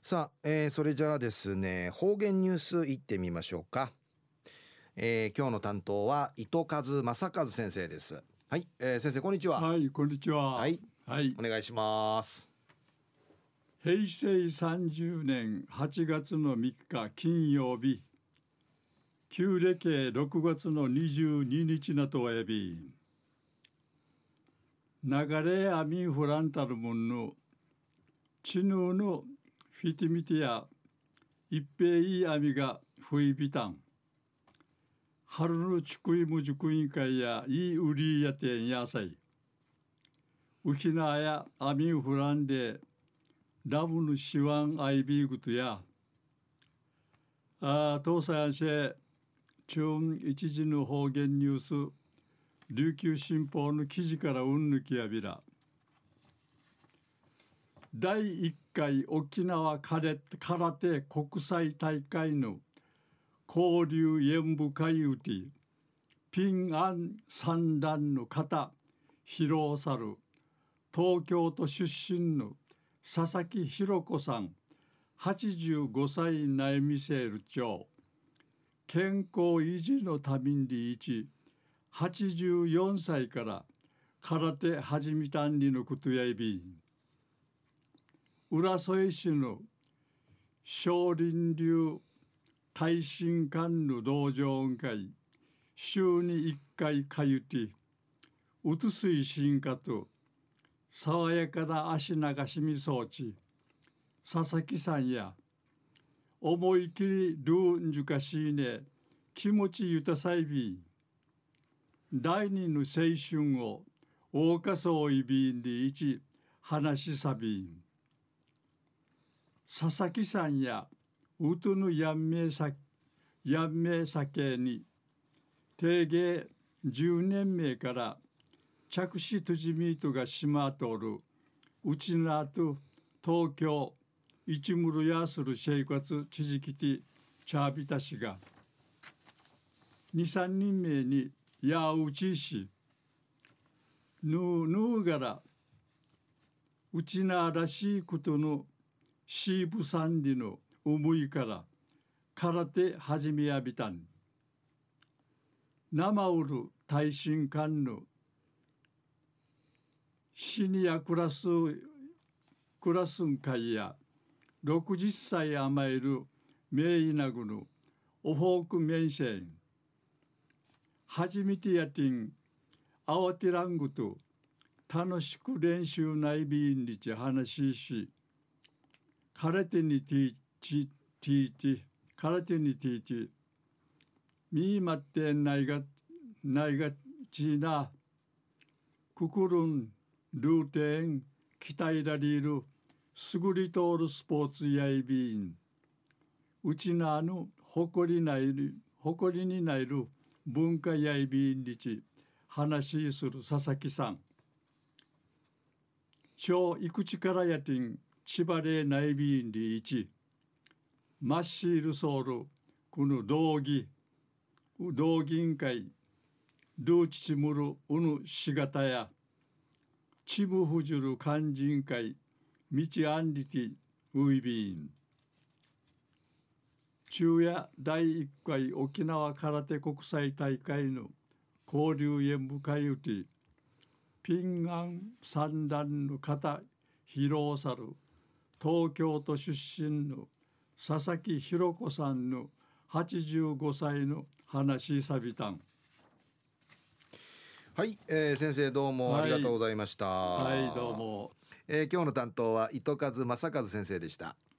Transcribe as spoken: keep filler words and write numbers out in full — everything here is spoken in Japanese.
さあ、えーそれじゃあですね、方言ニュースいってみましょうか。えー今日の担当は糸数正和先生です。はい、えー先生こんにちは。 はい、こんにちは。 はい、 はい、 お願いします。 平成さんじゅうねんはちがつのみっか金曜日、旧暦ろくがつのにじゅうににちなとえび、流れアミフランタルムンのチヌーのフィティミティア一平いアミがふいびたん。春のちくいむじく委員会やいいうりやてんやさい。ウヒナやアミフランでラブのシワンアイビーグトやあ東西安市中一時の方言ニュース琉球新報の記事からうんぬきやびらだいいっかい沖縄空手国際大会の交流演舞会うてピンアン三段の方広さる東京都出身の佐々木弘子さんはちじゅうごさい内見せる長健康維持のためにいちはちじゅうよんさいから空手始めたんりのことやいび浦添市の少林流耐震館の道場会週にいっかいかゆてうつすい進化と爽やかな足流しみ装置佐々木さんや思い切りルーンジュカシーネ気持ちゆたさいび第二の青春を大かそういびんでいち話しさびん佐々木さんやうとぬやんめいさやんめいさけに定芸じゅうねんめいから着手とじみとがしまとるうちなと東京一ムルやする生活地じきてチャービタシがに、さんにんめいにやうちしぬうぬうがらうちならしいことのシーブサンディの思いから空手始めやびたん生うる耐震館のシニアクラスクラスン会やろくじゅっさい甘える名医なぐのおフォークメンシェン初めてやてんあわてらんぐと楽しく練習内ビンにち話しし空手にティーチティーチ空手にティーチみーまってんないがないがちなくくるんルーテン鍛えられるすぐり通るスポーツやいびんうちなあの誇りないる誇りにないる文化やいびんにち話しする佐々木さん小いくちからやてん千葉れないびんりいちマッシールソールこの道義道銀会ルーチチムルウヌシガタやチムフジュル勧進会道アンリティウイビーン昼夜だいいっかい沖縄空手国際大会の交流演舞会うてピンアン三段の方広さる東京都出身の佐々木弘子さんのはちじゅうごさいの話さびたんはい、えー先生どうもありがとうございました。 はい、はい、どうも。 えー今日の担当は糸数正和先生でした。